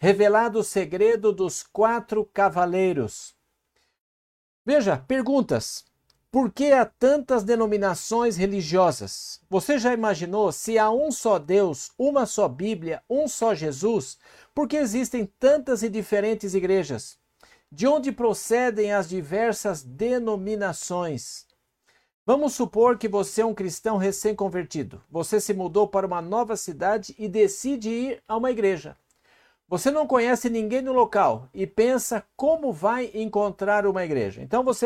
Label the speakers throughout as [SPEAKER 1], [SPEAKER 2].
[SPEAKER 1] revelado o segredo dos 4 cavaleiros. Veja, perguntas. Por que há tantas denominações religiosas? Você já imaginou se há um só Deus, uma só Bíblia, um só Jesus? Por que existem tantas e diferentes igrejas? De onde procedem as diversas denominações? Vamos supor que você é um cristão recém-convertido. Você se mudou para uma nova cidade e decide ir a uma igreja. Você não conhece ninguém no local e pensa como vai encontrar uma igreja. Então você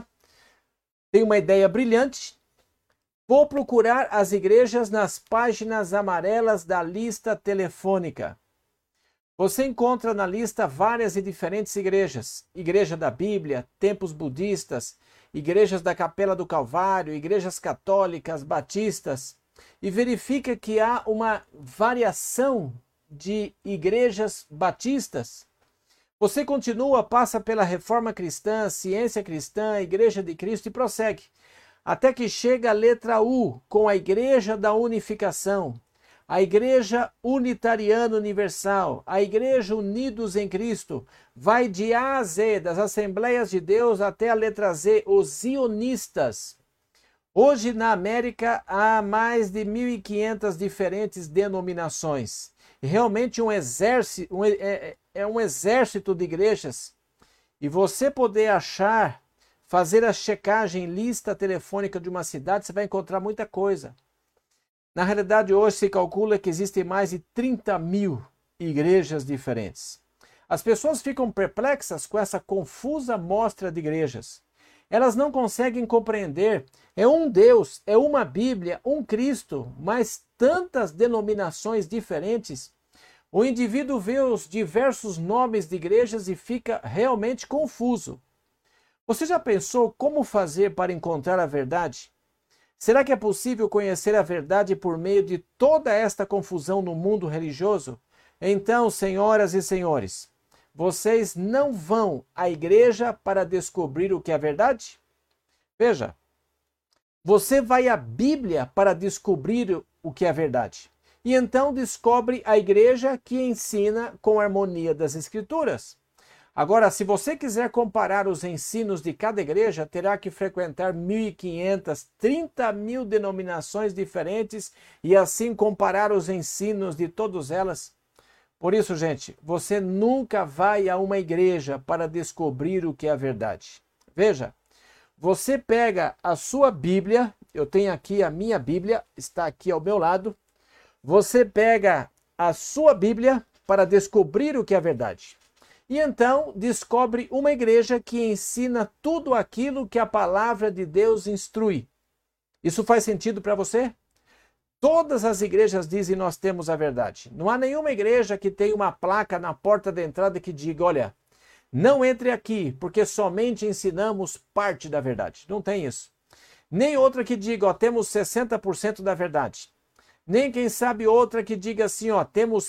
[SPEAKER 1] tem uma ideia brilhante. Vou procurar as igrejas nas páginas amarelas da lista telefônica. Você encontra na lista várias e diferentes igrejas. Igreja da Bíblia, templos budistas, igrejas da Capela do Calvário, igrejas católicas, batistas. E verifica que há uma variação de igrejas batistas. Você continua, passa pela Reforma Cristã, Ciência Cristã, Igreja de Cristo e prossegue. Até que chega a letra U, com a Igreja da Unificação, a Igreja Unitariana Universal, a Igreja Unidos em Cristo. Vai de A a Z, das Assembleias de Deus até a letra Z, os zionistas. Hoje na América há mais de 1.500 diferentes denominações. Realmente um exército de igrejas. E você poder fazer a checagem, lista telefônica de uma cidade, você vai encontrar muita coisa. Na realidade, hoje se calcula que existem mais de 30.000 igrejas diferentes. As pessoas ficam perplexas com essa confusa mostra de igrejas. Elas não conseguem compreender. É um Deus, é uma Bíblia, um Cristo, mas tantas denominações diferentes. O indivíduo vê os diversos nomes de igrejas e fica realmente confuso. Você já pensou como fazer para encontrar a verdade? Será que é possível conhecer a verdade por meio de toda esta confusão no mundo religioso? Então, senhoras e senhores, vocês não vão à igreja para descobrir o que é verdade? Veja, você vai à Bíblia para descobrir o que é verdade. E então descobre a igreja que ensina com a harmonia das Escrituras. Agora, se você quiser comparar os ensinos de cada igreja, terá que frequentar 1.500, 30.000 denominações diferentes e assim comparar os ensinos de todas elas. Por isso, gente, você nunca vai a uma igreja para descobrir o que é a verdade. Veja, você pega a sua Bíblia, eu tenho aqui a minha Bíblia, está aqui ao meu lado. Você pega a sua Bíblia para descobrir o que é verdade. E então descobre uma igreja que ensina tudo aquilo que a palavra de Deus instrui. Isso faz sentido para você? Todas as igrejas dizem nós temos a verdade. Não há nenhuma igreja que tenha uma placa na porta da entrada que diga, olha, não entre aqui, porque somente ensinamos parte da verdade. Não tem isso. Nem outra que diga, ó, temos 60% da verdade. Nem, quem sabe, outra que diga assim, ó, temos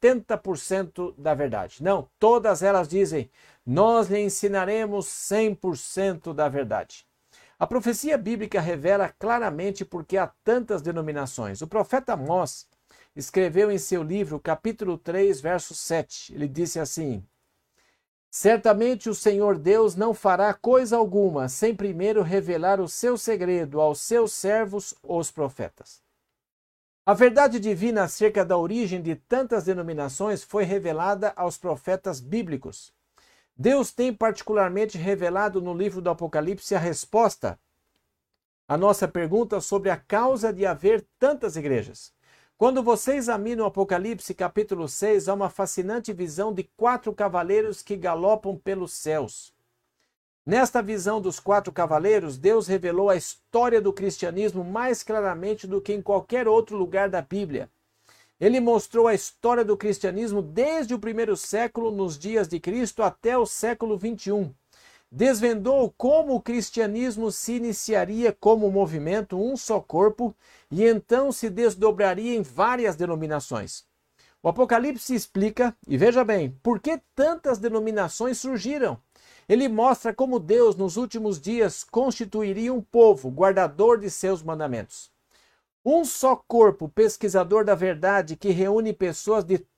[SPEAKER 1] 70% da verdade. Não, todas elas dizem, nós lhe ensinaremos 100% da verdade. A profecia bíblica revela claramente por que há tantas denominações. O profeta Amós escreveu em seu livro, capítulo 3, verso 7. Ele disse assim, certamente o Senhor Deus não fará coisa alguma sem primeiro revelar o seu segredo aos seus servos, os profetas. A verdade divina acerca da origem de tantas denominações foi revelada aos profetas bíblicos. Deus tem particularmente revelado no livro do Apocalipse a resposta à nossa pergunta sobre a causa de haver tantas igrejas. Quando você examina o Apocalipse capítulo 6, há uma fascinante visão de 4 cavaleiros que galopam pelos céus. Nesta visão dos 4 cavaleiros, Deus revelou a história do cristianismo mais claramente do que em qualquer outro lugar da Bíblia. Ele mostrou a história do cristianismo desde o primeiro século, nos dias de Cristo, até o século 21. Desvendou como o cristianismo se iniciaria como movimento, um só corpo, e então se desdobraria em várias denominações. O Apocalipse explica, e veja bem, por que tantas denominações surgiram. Ele mostra como Deus, nos últimos dias, constituiria um povo guardador de seus mandamentos. Um só corpo pesquisador da verdade que reúne pessoas de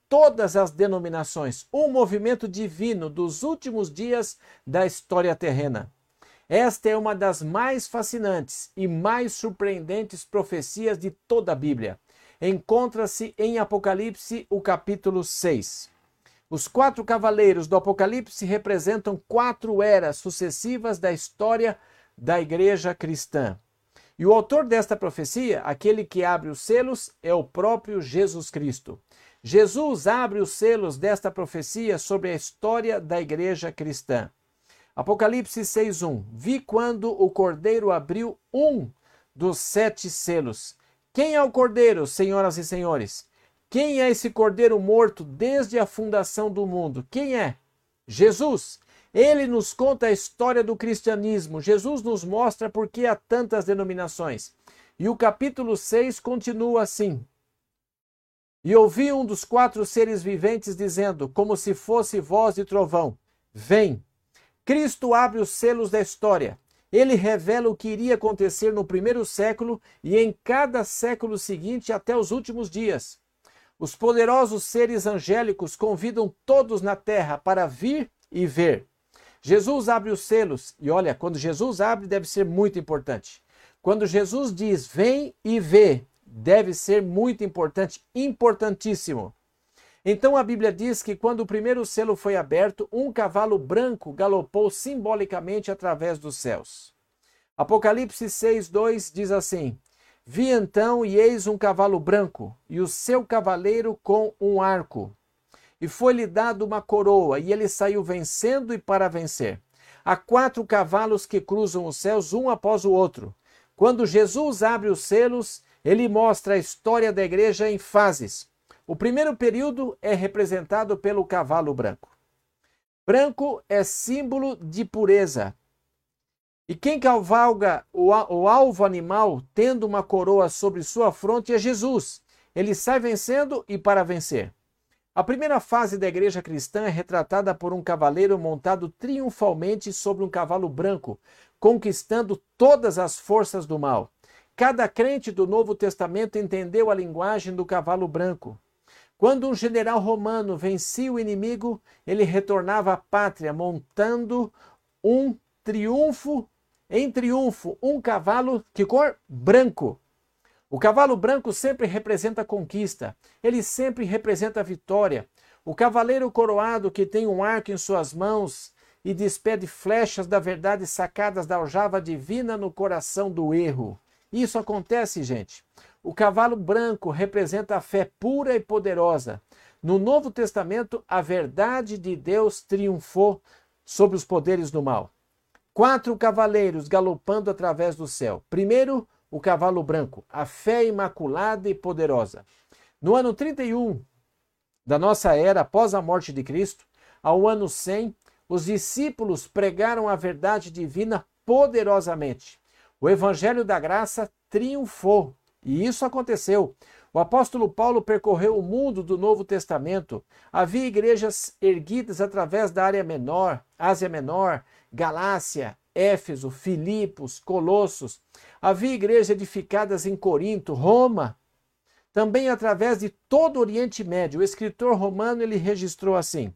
[SPEAKER 1] todas as denominações, um movimento divino dos últimos dias da história terrena. Esta é uma das mais fascinantes e mais surpreendentes profecias de toda a Bíblia. Encontra-se em Apocalipse, o capítulo 6. Os 4 cavaleiros do Apocalipse representam 4 eras sucessivas da história da igreja cristã. E o autor desta profecia, aquele que abre os selos, é o próprio Jesus Cristo. Jesus abre os selos desta profecia sobre a história da igreja cristã. Apocalipse 6:1. Vi quando o Cordeiro abriu um dos 7 selos. Quem é o Cordeiro, senhoras e senhores? Quem é esse Cordeiro morto desde a fundação do mundo? Quem é? Jesus. Ele nos conta a história do cristianismo. Jesus nos mostra por que há tantas denominações. E o capítulo 6 continua assim. E ouvi um dos 4 seres viventes dizendo, como se fosse voz de trovão, vem. Cristo abre os selos da história. Ele revela o que iria acontecer no primeiro século e em cada século seguinte até os últimos dias. Os poderosos seres angélicos convidam todos na terra para vir e ver. Jesus abre os selos, e olha, quando Jesus abre deve ser muito importante. Quando Jesus diz, vem e vê, deve ser muito importante, importantíssimo. Então a Bíblia diz que quando o primeiro selo foi aberto, um cavalo branco galopou simbolicamente através dos céus. Apocalipse 6:2 diz assim, vi então e eis um cavalo branco, e o seu cavaleiro com um arco. E foi-lhe dado uma coroa, e ele saiu vencendo e para vencer. Há 4 cavalos que cruzam os céus, um após o outro. Quando Jesus abre os selos, ele mostra a história da igreja em fases. O primeiro período é representado pelo cavalo branco. Branco é símbolo de pureza. E quem cavalga o alvo animal, tendo uma coroa sobre sua fronte, é Jesus. Ele sai vencendo e para vencer. A primeira fase da igreja cristã é retratada por um cavaleiro montado triunfalmente sobre um cavalo branco, conquistando todas as forças do mal. Cada crente do Novo Testamento entendeu a linguagem do cavalo branco. Quando um general romano vencia o inimigo, ele retornava à pátria montando em triunfo, um cavalo, que cor? Branco. O cavalo branco sempre representa a conquista, ele sempre representa a vitória. O cavaleiro coroado que tem um arco em suas mãos e despede flechas da verdade sacadas da aljava divina no coração do erro. Isso acontece, gente. O cavalo branco representa a fé pura e poderosa. No Novo Testamento, a verdade de Deus triunfou sobre os poderes do mal. 4 cavaleiros galopando através do céu. Primeiro, o cavalo branco, a fé imaculada e poderosa. No ano 31 da nossa era, após a morte de Cristo, ao ano 100, os discípulos pregaram a verdade divina poderosamente. O evangelho da graça triunfou, e isso aconteceu. O apóstolo Paulo percorreu o mundo do Novo Testamento. Havia igrejas erguidas através da Ásia Menor, Galácia, Éfeso, Filipos, Colossos. Havia igrejas edificadas em Corinto, Roma. Também através de todo o Oriente Médio. O escritor romano ele registrou assim: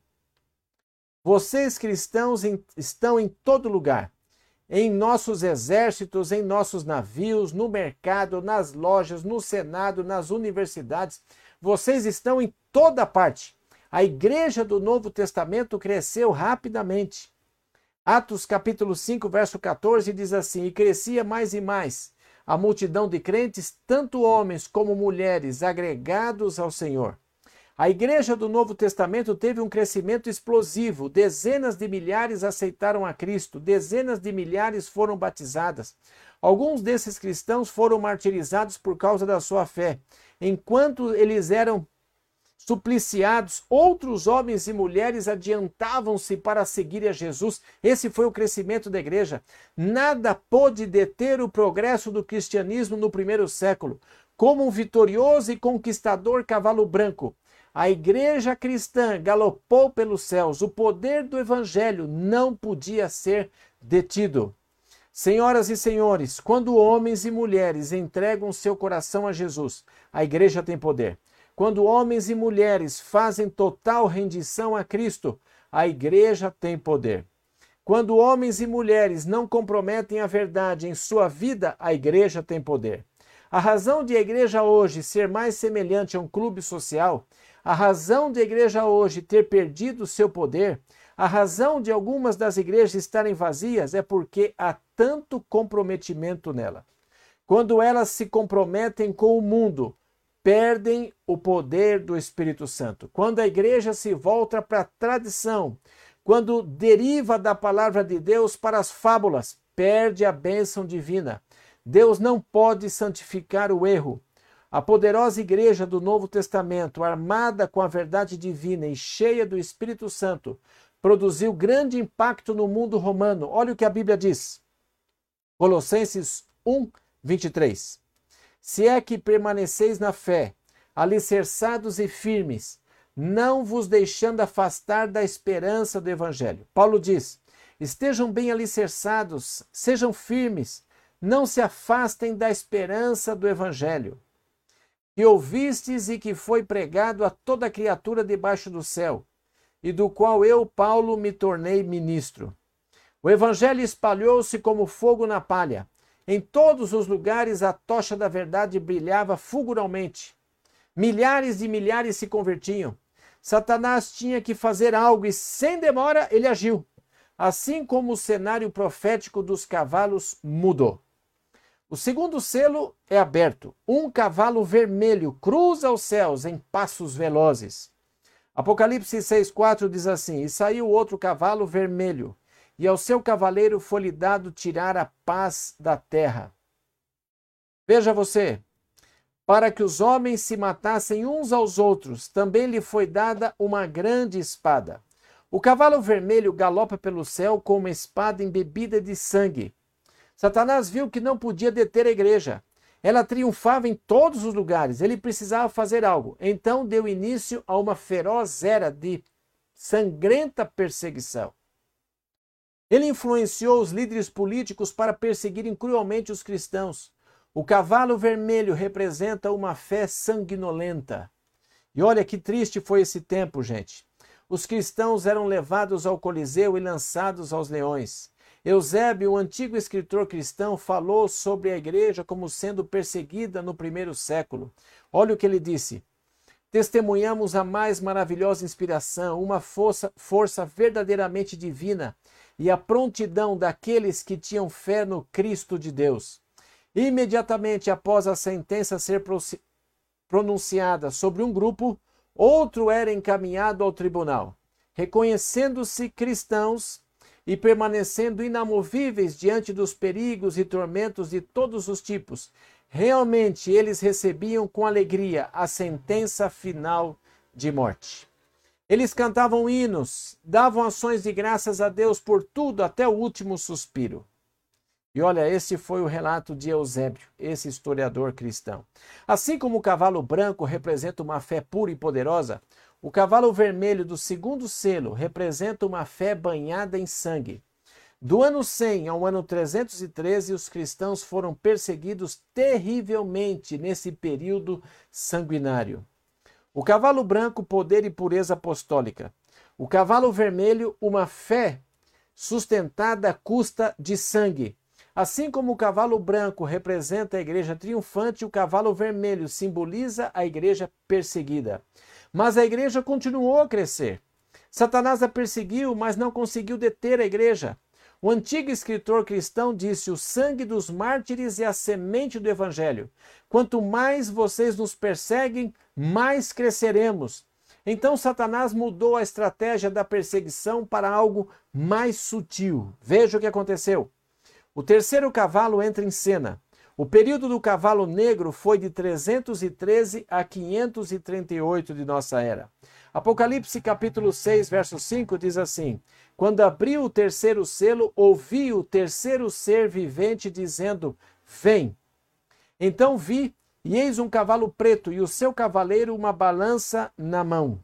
[SPEAKER 1] vocês cristãos estão em todo lugar. Em nossos exércitos, em nossos navios, no mercado, nas lojas, no Senado, nas universidades. Vocês estão em toda parte. A igreja do Novo Testamento cresceu rapidamente. Atos capítulo 5, verso 14 diz assim, e crescia mais e mais a multidão de crentes, tanto homens como mulheres, agregados ao Senhor. A igreja do Novo Testamento teve um crescimento explosivo. Dezenas de milhares aceitaram a Cristo, dezenas de milhares foram batizadas. Alguns desses cristãos foram martirizados por causa da sua fé. Enquanto eles eram supliciados, outros homens e mulheres adiantavam-se para seguir a Jesus. Esse foi o crescimento da igreja. Nada pôde deter o progresso do cristianismo no primeiro século. Como um vitorioso e conquistador cavalo branco, a igreja cristã galopou pelos céus. O poder do evangelho não podia ser detido. Senhoras e senhores, quando homens e mulheres entregam seu coração a Jesus, a igreja tem poder. Quando homens e mulheres fazem total rendição a Cristo, a igreja tem poder. Quando homens e mulheres não comprometem a verdade em sua vida, a igreja tem poder. A razão de a igreja hoje ser mais semelhante a um clube social, a razão de a igreja hoje ter perdido seu poder, a razão de algumas das igrejas estarem vazias é porque há tanto comprometimento nela. Quando elas se comprometem com o mundo, perdem o poder do Espírito Santo. Quando a igreja se volta para a tradição, quando deriva da palavra de Deus para as fábulas, perde a bênção divina. Deus não pode santificar o erro. A poderosa igreja do Novo Testamento, armada com a verdade divina e cheia do Espírito Santo, produziu grande impacto no mundo romano. Olha o que a Bíblia diz. Colossenses 1, 23. Se é que permaneceis na fé, alicerçados e firmes, não vos deixando afastar da esperança do Evangelho. Paulo diz, estejam bem alicerçados, sejam firmes, não se afastem da esperança do Evangelho, que ouvistes e que foi pregado a toda criatura debaixo do céu, e do qual eu, Paulo, me tornei ministro. O Evangelho espalhou-se como fogo na palha. Em todos os lugares a tocha da verdade brilhava fulguralmente. Milhares e milhares se convertiam. Satanás tinha que fazer algo e, sem demora, ele agiu. Assim como o cenário profético dos cavalos mudou. O segundo selo é aberto. Um cavalo vermelho cruza os céus em passos velozes. Apocalipse 6,4 diz assim, e saiu outro cavalo vermelho, e ao seu cavaleiro foi-lhe dado tirar a paz da terra. Veja você, para que os homens se matassem uns aos outros, também lhe foi dada uma grande espada. O cavalo vermelho galopa pelo céu com uma espada embebida de sangue. Satanás viu que não podia deter a igreja. Ela triunfava em todos os lugares. Ele precisava fazer algo. Então deu início a uma feroz era de sangrenta perseguição. Ele influenciou os líderes políticos para perseguirem cruelmente os cristãos. O cavalo vermelho representa uma fé sanguinolenta. E olha que triste foi esse tempo, gente. Os cristãos eram levados ao Coliseu e lançados aos leões. Eusébio, o antigo escritor cristão, falou sobre a igreja como sendo perseguida no primeiro século. Olha o que ele disse. Testemunhamos a mais maravilhosa inspiração, uma força verdadeiramente divina e a prontidão daqueles que tinham fé no Cristo de Deus. Imediatamente após a sentença ser pronunciada sobre um grupo, outro era encaminhado ao tribunal. Reconhecendo-se cristãos e permanecendo inamovíveis diante dos perigos e tormentos de todos os tipos, realmente eles recebiam com alegria a sentença final de morte. Eles cantavam hinos, davam ações de graças a Deus por tudo até o último suspiro. E olha, esse foi o relato de Eusébio, esse historiador cristão. Assim como o cavalo branco representa uma fé pura e poderosa, o cavalo vermelho do segundo selo representa uma fé banhada em sangue. Do ano 100 ao ano 313, os cristãos foram perseguidos terrivelmente nesse período sanguinário. O cavalo branco, poder e pureza apostólica. O cavalo vermelho, uma fé sustentada à custa de sangue. Assim como o cavalo branco representa a igreja triunfante, o cavalo vermelho simboliza a igreja perseguida. Mas a igreja continuou a crescer. Satanás a perseguiu, mas não conseguiu deter a igreja. O antigo escritor cristão disse: o sangue dos mártires é a semente do evangelho. Quanto mais vocês nos perseguem, mais cresceremos. Então Satanás mudou a estratégia da perseguição para algo mais sutil. Veja o que aconteceu. O terceiro cavalo entra em cena. O período do cavalo negro foi de 313 a 538 de nossa era. Apocalipse capítulo 6, verso 5 diz assim: quando abriu o terceiro selo, ouvi o terceiro ser vivente dizendo: vem. Então vi, e eis um cavalo preto, e o seu cavaleiro uma balança na mão.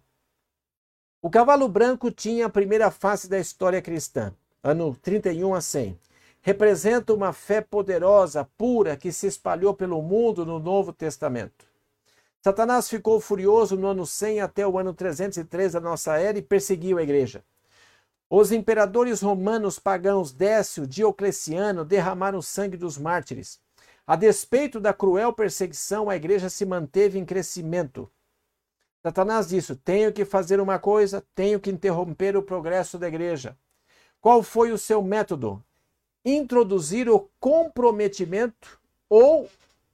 [SPEAKER 1] O cavalo branco tinha a primeira face da história cristã, ano 31 a 100. Representa uma fé poderosa, pura, que se espalhou pelo mundo no Novo Testamento. Satanás ficou furioso no ano 100 até o ano 303 da nossa era e perseguiu a igreja. Os imperadores romanos pagãos Décio, Diocleciano derramaram o sangue dos mártires. A despeito da cruel perseguição, a igreja se manteve em crescimento. Satanás disse: tenho que fazer uma coisa, tenho que interromper o progresso da igreja. Qual foi o seu método? Introduzir o comprometimento ou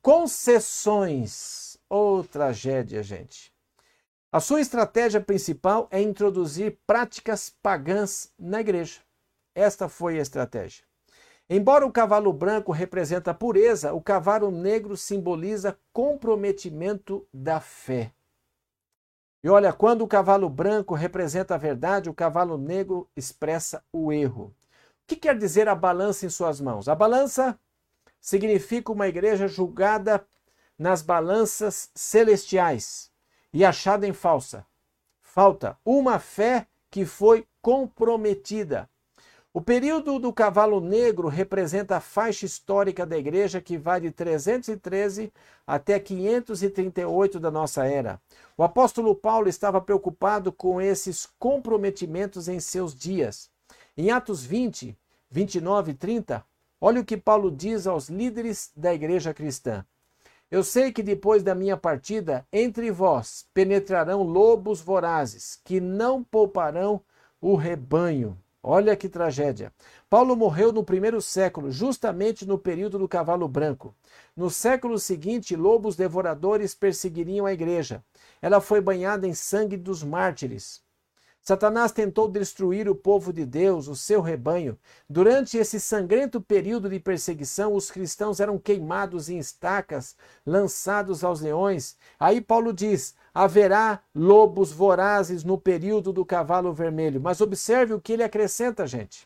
[SPEAKER 1] concessões. Ô, tragédia, gente. A sua estratégia principal é introduzir práticas pagãs na igreja. Esta foi a estratégia. Embora o cavalo branco represente a pureza, o cavalo negro simboliza comprometimento da fé. E olha, quando o cavalo branco representa a verdade, o cavalo negro expressa o erro. O que quer dizer a balança em suas mãos? A balança significa uma igreja julgada nas balanças celestiais e achada em falta uma fé que foi comprometida. O período do cavalo negro representa a faixa histórica da igreja que vai de 313 até 538 da nossa era. O apóstolo Paulo estava preocupado com esses comprometimentos em seus dias. Em Atos 20, 29 e 30, olha o que Paulo diz aos líderes da igreja cristã. Eu sei que depois da minha partida, entre vós penetrarão lobos vorazes, que não pouparão o rebanho. Olha que tragédia. Paulo morreu no primeiro século, justamente no período do cavalo branco. No século seguinte, lobos devoradores perseguiriam a igreja. Ela foi banhada em sangue dos mártires. Satanás tentou destruir o povo de Deus, o seu rebanho. Durante esse sangrento período de perseguição, os cristãos eram queimados em estacas, lançados aos leões. Aí Paulo diz: haverá lobos vorazes no período do cavalo vermelho. Mas observe o que ele acrescenta, gente.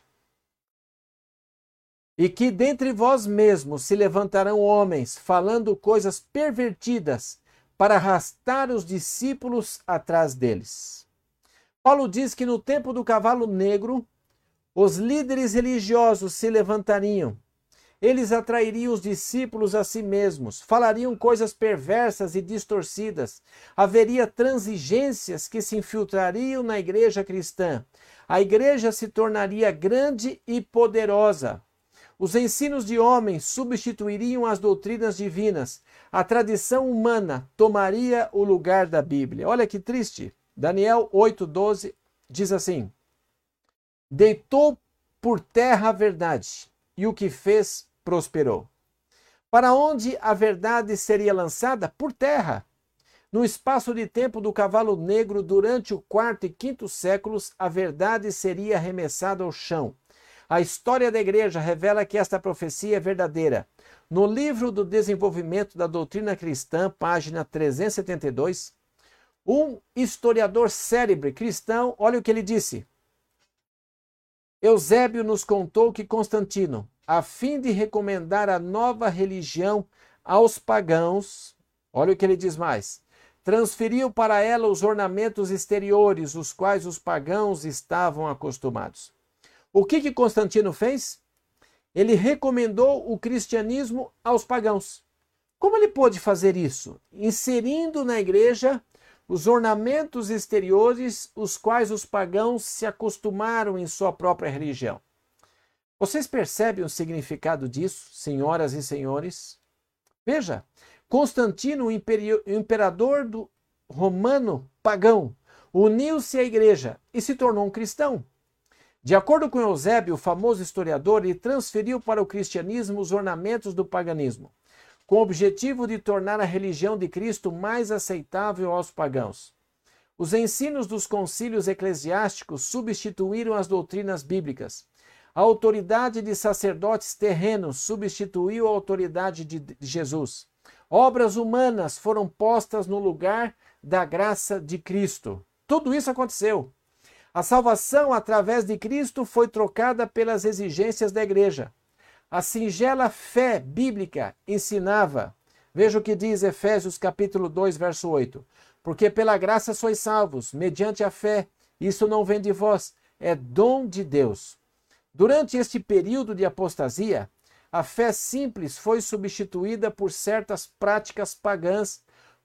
[SPEAKER 1] E que dentre vós mesmos se levantarão homens, falando coisas pervertidas, para arrastar os discípulos atrás deles. Paulo diz que no tempo do cavalo negro, os líderes religiosos se levantariam. Eles atrairiam os discípulos a si mesmos, falariam coisas perversas e distorcidas. Haveria transigências que se infiltrariam na igreja cristã. A igreja se tornaria grande e poderosa. Os ensinos de homens substituiriam as doutrinas divinas. A tradição humana tomaria o lugar da Bíblia. Olha que triste. Daniel 8,12 diz assim: deitou por terra a verdade, e o que fez prosperou. Para onde a verdade seria lançada? Por terra. No espaço de tempo do cavalo negro, durante o 4º e 5º séculos, a verdade seria arremessada ao chão. A história da igreja revela que esta profecia é verdadeira. No livro do Desenvolvimento da Doutrina Cristã, página 372, um historiador célebre cristão, olha o que ele disse. Eusébio nos contou que Constantino, a fim de recomendar a nova religião aos pagãos, olha o que ele diz mais, transferiu para ela os ornamentos exteriores, os quais os pagãos estavam acostumados. O que Constantino fez? Ele recomendou o cristianismo aos pagãos. Como ele pôde fazer isso? Inserindo na igreja os ornamentos exteriores, os quais os pagãos se acostumaram em sua própria religião. Vocês percebem o significado disso, senhoras e senhores? Veja, Constantino, o imperador romano pagão, uniu-se à igreja e se tornou um cristão. De acordo com Eusébio, o famoso historiador, ele transferiu para o cristianismo os ornamentos do paganismo, com o objetivo de tornar a religião de Cristo mais aceitável aos pagãos. Os ensinos dos concílios eclesiásticos substituíram as doutrinas bíblicas. A autoridade de sacerdotes terrenos substituiu a autoridade de Jesus. Obras humanas foram postas no lugar da graça de Cristo. Tudo isso aconteceu. A salvação através de Cristo foi trocada pelas exigências da igreja. A singela fé bíblica ensinava, veja o que diz Efésios capítulo 2, verso 8, porque pela graça sois salvos, mediante a fé, isso não vem de vós, é dom de Deus. Durante este período de apostasia, a fé simples foi substituída por certas práticas pagãs,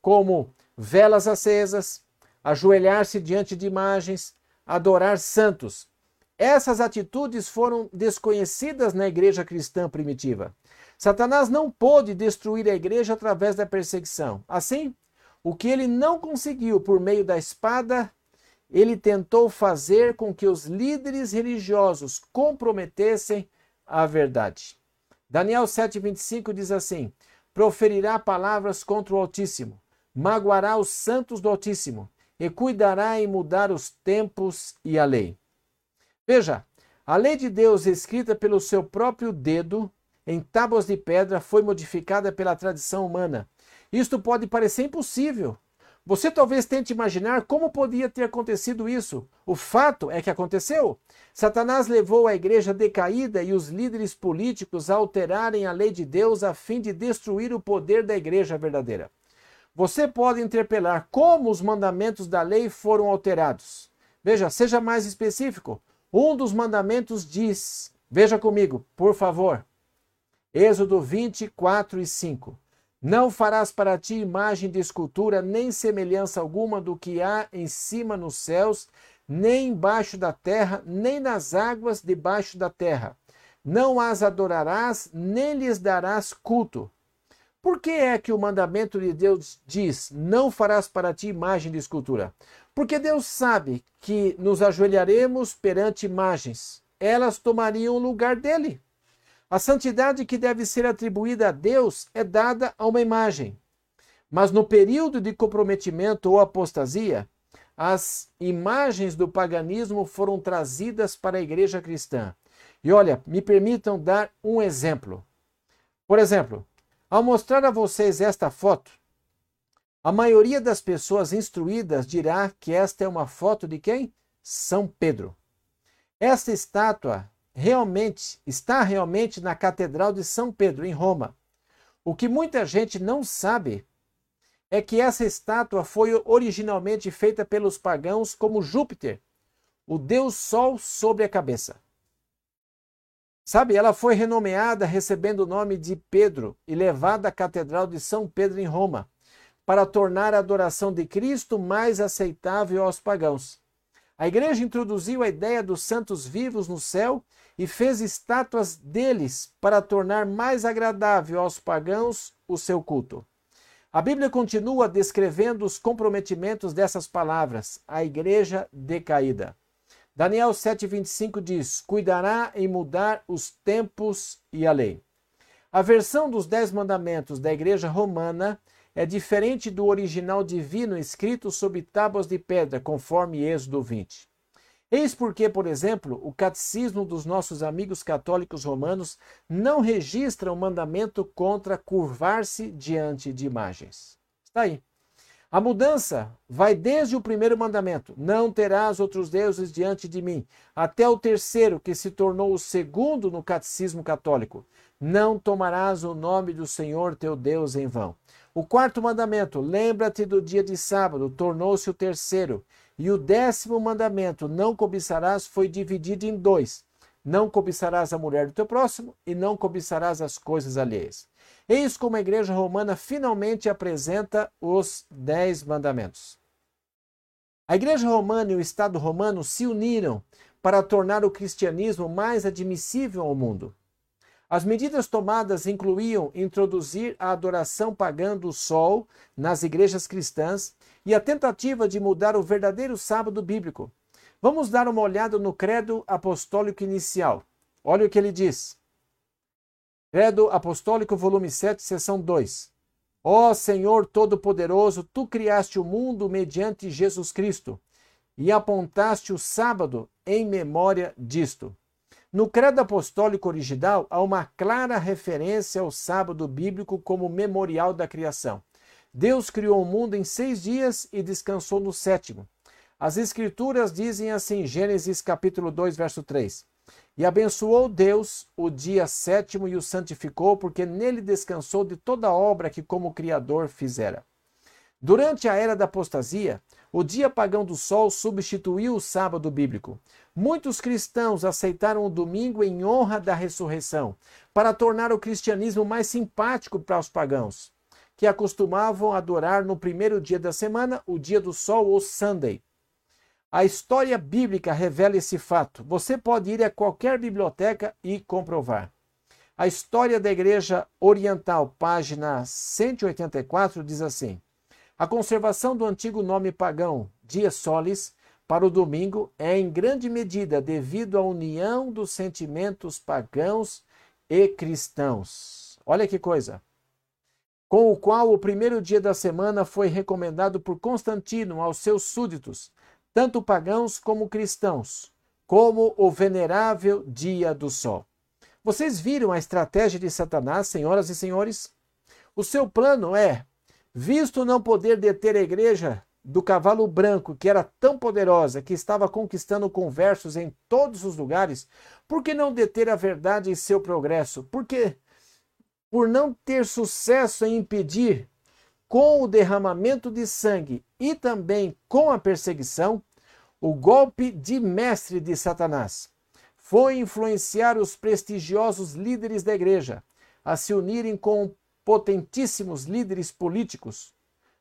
[SPEAKER 1] como velas acesas, ajoelhar-se diante de imagens, adorar santos. Essas atitudes foram desconhecidas na igreja cristã primitiva. Satanás não pôde destruir a igreja através da perseguição. Assim, o que ele não conseguiu por meio da espada, ele tentou fazer com que os líderes religiosos comprometessem a verdade. Daniel 7,25 diz assim: proferirá palavras contra o Altíssimo, magoará os santos do Altíssimo, e cuidará em mudar os tempos e a lei. Veja, a lei de Deus escrita pelo seu próprio dedo em tábuas de pedra foi modificada pela tradição humana. Isto pode parecer impossível. Você talvez tente imaginar como podia ter acontecido isso. O fato é que aconteceu. Satanás levou a igreja decaída e os líderes políticos a alterarem a lei de Deus a fim de destruir o poder da igreja verdadeira. Você pode interpelar como os mandamentos da lei foram alterados. Veja, seja mais específico. Um dos mandamentos diz, veja comigo, por favor, Êxodo 24:5. Não farás para ti imagem de escultura, nem semelhança alguma do que há em cima nos céus, nem embaixo da terra, nem nas águas debaixo da terra. Não as adorarás, nem lhes darás culto. Por que é que o mandamento de Deus diz, não farás para ti imagem de escultura? Porque Deus sabe que nos ajoelharemos perante imagens. Elas tomariam o lugar dele. A santidade que deve ser atribuída a Deus é dada a uma imagem. Mas no período de comprometimento ou apostasia, as imagens do paganismo foram trazidas para a igreja cristã. E olha, me permitam dar um exemplo. Por exemplo, ao mostrar a vocês esta foto, a maioria das pessoas instruídas dirá que esta é uma foto de quem? São Pedro. Esta estátua está realmente na Catedral de São Pedro, em Roma. O que muita gente não sabe é que essa estátua foi originalmente feita pelos pagãos como Júpiter, o deus Sol sobre a cabeça. Sabe, ela foi renomeada recebendo o nome de Pedro e levada à Catedral de São Pedro em Roma, para tornar a adoração de Cristo mais aceitável aos pagãos. A igreja introduziu a ideia dos santos vivos no céu e fez estátuas deles para tornar mais agradável aos pagãos o seu culto. A Bíblia continua descrevendo os comprometimentos dessas palavras, a igreja decaída. Daniel 7,25 diz, cuidará em mudar os tempos e a lei. A versão dos 10 mandamentos da igreja romana é diferente do original divino escrito sobre tábuas de pedra, conforme Êxodo 20. Eis porque, por exemplo, o catecismo dos nossos amigos católicos romanos não registra um mandamento contra curvar-se diante de imagens. Está aí. A mudança vai desde o primeiro mandamento, não terás outros deuses diante de mim, até o terceiro, que se tornou o segundo no catecismo católico, não tomarás o nome do Senhor teu Deus em vão. O quarto mandamento, lembra-te do dia de sábado, tornou-se o terceiro. E o 10º mandamento, não cobiçarás, foi dividido em 2. Não cobiçarás a mulher do teu próximo e não cobiçarás as coisas alheias. Eis como a igreja romana finalmente apresenta os 10 mandamentos. A igreja romana e o Estado romano se uniram para tornar o cristianismo mais admissível ao mundo. As medidas tomadas incluíam introduzir a adoração pagã do sol nas igrejas cristãs e a tentativa de mudar o verdadeiro sábado bíblico. Vamos dar uma olhada no Credo Apostólico Inicial. Olha o que ele diz. Credo Apostólico, volume 7, seção 2. Ó Senhor Todo-Poderoso, Tu criaste o mundo mediante Jesus Cristo e apontaste o sábado em memória disto. No Credo Apostólico original, há uma clara referência ao sábado bíblico como memorial da criação. Deus criou o mundo em 6 dias e descansou no 7º. As Escrituras dizem assim, Gênesis capítulo 2, verso 3. E abençoou Deus o dia 7º e o santificou, porque nele descansou de toda a obra que como Criador fizera. Durante a era da apostasia, o dia pagão do sol substituiu o sábado bíblico. Muitos cristãos aceitaram o domingo em honra da ressurreição, para tornar o cristianismo mais simpático para os pagãos, que acostumavam adorar no primeiro dia da semana, o dia do sol ou Sunday. A história bíblica revela esse fato. Você pode ir a qualquer biblioteca e comprovar. A história da Igreja Oriental, página 184, diz assim: a conservação do antigo nome pagão, Dies Solis, para o domingo é em grande medida devido à união dos sentimentos pagãos e cristãos. Olha que coisa! Com o qual o primeiro dia da semana foi recomendado por Constantino aos seus súditos, tanto pagãos como cristãos, como o venerável dia do sol. Vocês viram a estratégia de Satanás, senhoras e senhores? O seu plano é, visto não poder deter a igreja do cavalo branco, que era tão poderosa, que estava conquistando conversos em todos os lugares, por que não deter a verdade em seu progresso? Porque, por não ter sucesso em impedir, com o derramamento de sangue e também com a perseguição, o golpe de mestre de Satanás foi influenciar os prestigiosos líderes da igreja a se unirem com potentíssimos líderes políticos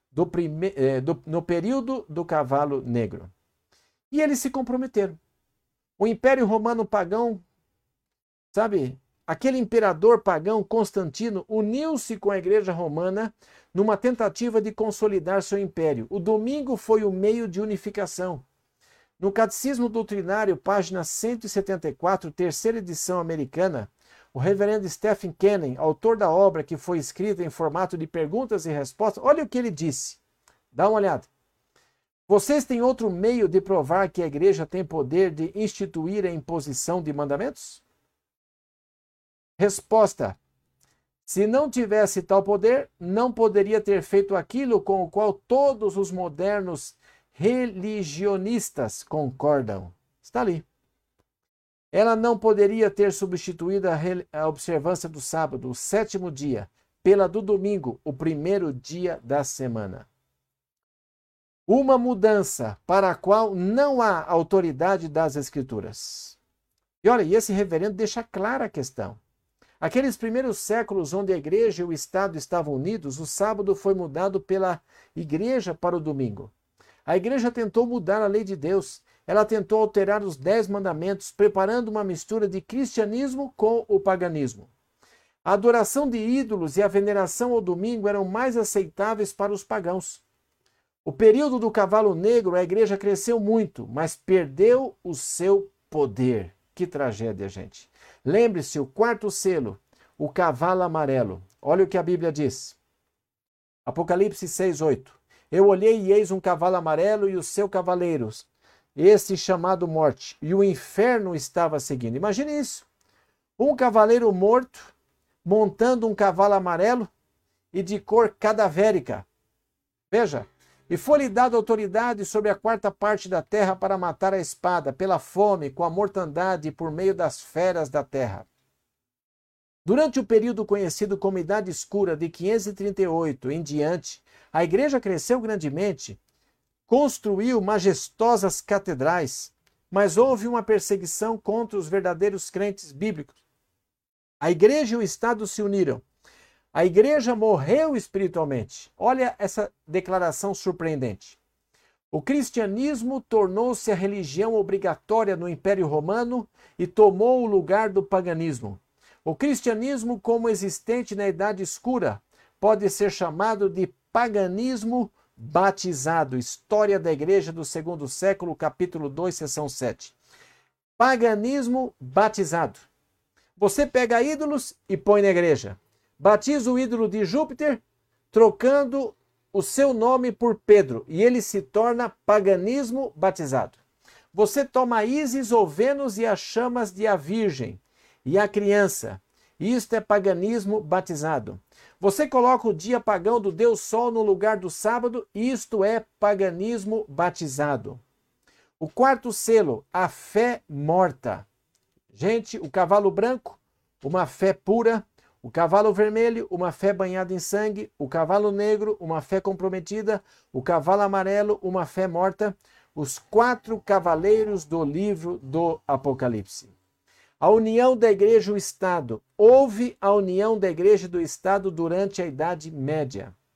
[SPEAKER 1] no período do cavalo negro. E eles se comprometeram. O Império Romano pagão, sabe, aquele imperador pagão Constantino uniu-se com a igreja romana numa tentativa de consolidar seu império. O domingo foi o meio de unificação. No Catecismo Doutrinário, página 174, terceira edição americana, o reverendo Stephen Kennan, autor da obra que foi escrita em formato de perguntas e respostas, olha o que ele disse. Dá uma olhada. Vocês têm outro meio de provar que a igreja tem poder de instituir a imposição de mandamentos? Resposta. Se não tivesse tal poder, não poderia ter feito aquilo com o qual todos os modernos religionistas concordam. Está ali. Ela não poderia ter substituído a observância do sábado, o sétimo dia, pela do domingo, o primeiro dia da semana. Uma mudança para a qual não há autoridade das Escrituras. E olha, e esse reverendo deixa clara a questão. Aqueles primeiros séculos onde a igreja e o Estado estavam unidos, o sábado foi mudado pela igreja para o domingo. A igreja tentou mudar a lei de Deus. Ela tentou alterar os 10 mandamentos, preparando uma mistura de cristianismo com o paganismo. A adoração de ídolos e a veneração ao domingo eram mais aceitáveis para os pagãos. O período do cavalo negro, a igreja cresceu muito, mas perdeu o seu poder. Que tragédia, gente. Lembre-se, o quarto selo, o cavalo amarelo. Olha o que a Bíblia diz. Apocalipse 6:8. Eu olhei e eis um cavalo amarelo e os seus cavaleiros, esse chamado morte, e o inferno estava seguindo. Imagine isso. Um cavaleiro morto, montando um cavalo amarelo e de cor cadavérica. Veja, e foi-lhe dada autoridade sobre a quarta parte da terra para matar a espada, pela fome, com a mortandade e por meio das feras da terra. Durante o período conhecido como Idade Escura, de 538 em diante, a igreja cresceu grandemente, construiu majestosas catedrais, mas houve uma perseguição contra os verdadeiros crentes bíblicos. A igreja e o Estado se uniram. A igreja morreu espiritualmente. Olha essa declaração surpreendente. O cristianismo tornou-se a religião obrigatória no Império Romano e tomou o lugar do paganismo. O cristianismo, como existente na Idade Escura, pode ser chamado de paganismo batizado. História da Igreja do segundo século, capítulo 2, seção 7. Paganismo batizado. Você pega ídolos e põe na igreja. Batiza o ídolo de Júpiter, trocando o seu nome por Pedro, e ele se torna paganismo batizado. Você toma Ísis ou Vênus e as chamas de a Virgem e a criança. Isto é paganismo batizado. Você coloca o dia pagão do Deus Sol no lugar do sábado, isto é paganismo batizado. O quarto selo, a fé morta. Gente, o cavalo branco, uma fé pura. O cavalo vermelho, uma fé banhada em sangue. O cavalo negro, uma fé comprometida. O cavalo amarelo, uma fé morta. Os 4 cavaleiros do livro do Apocalipse. A união da igreja e o Estado. Houve a união da igreja e do Estado durante a Idade Média.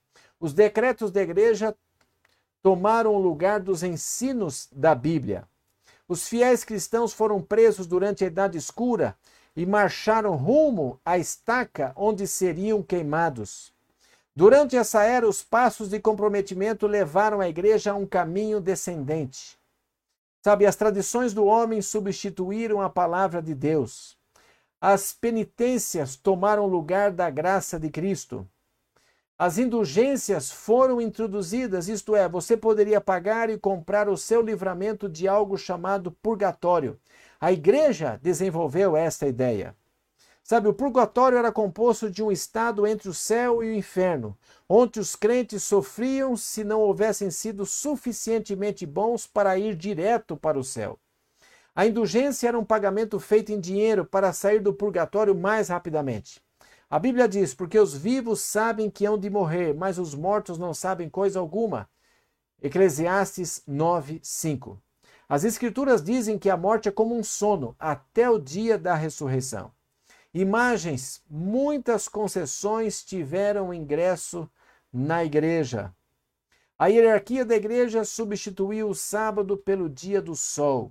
[SPEAKER 1] Os decretos da igreja tomaram o lugar dos ensinos da Bíblia. Os fiéis cristãos foram presos durante a Idade Escura e marcharam rumo à estaca onde seriam queimados. Durante essa era, os passos de comprometimento levaram a igreja a um caminho descendente. Sabe, as tradições do homem substituíram a palavra de Deus. As penitências tomaram o lugar da graça de Cristo. As indulgências foram introduzidas, isto é, você poderia pagar e comprar o seu livramento de algo chamado purgatório. A igreja desenvolveu esta ideia. Sabe, o purgatório era composto de um estado entre o céu e o inferno, onde os crentes sofriam se não houvessem sido suficientemente bons para ir direto para o céu. A indulgência era um pagamento feito em dinheiro para sair do purgatório mais rapidamente. A Bíblia diz, porque os vivos sabem que hão de morrer, mas os mortos não sabem coisa alguma. Eclesiastes 9:5. As Escrituras dizem que a morte é como um sono, até o dia da ressurreição. Imagens, muitas concessões tiveram ingresso na igreja. A hierarquia da igreja substituiu o sábado pelo dia do sol.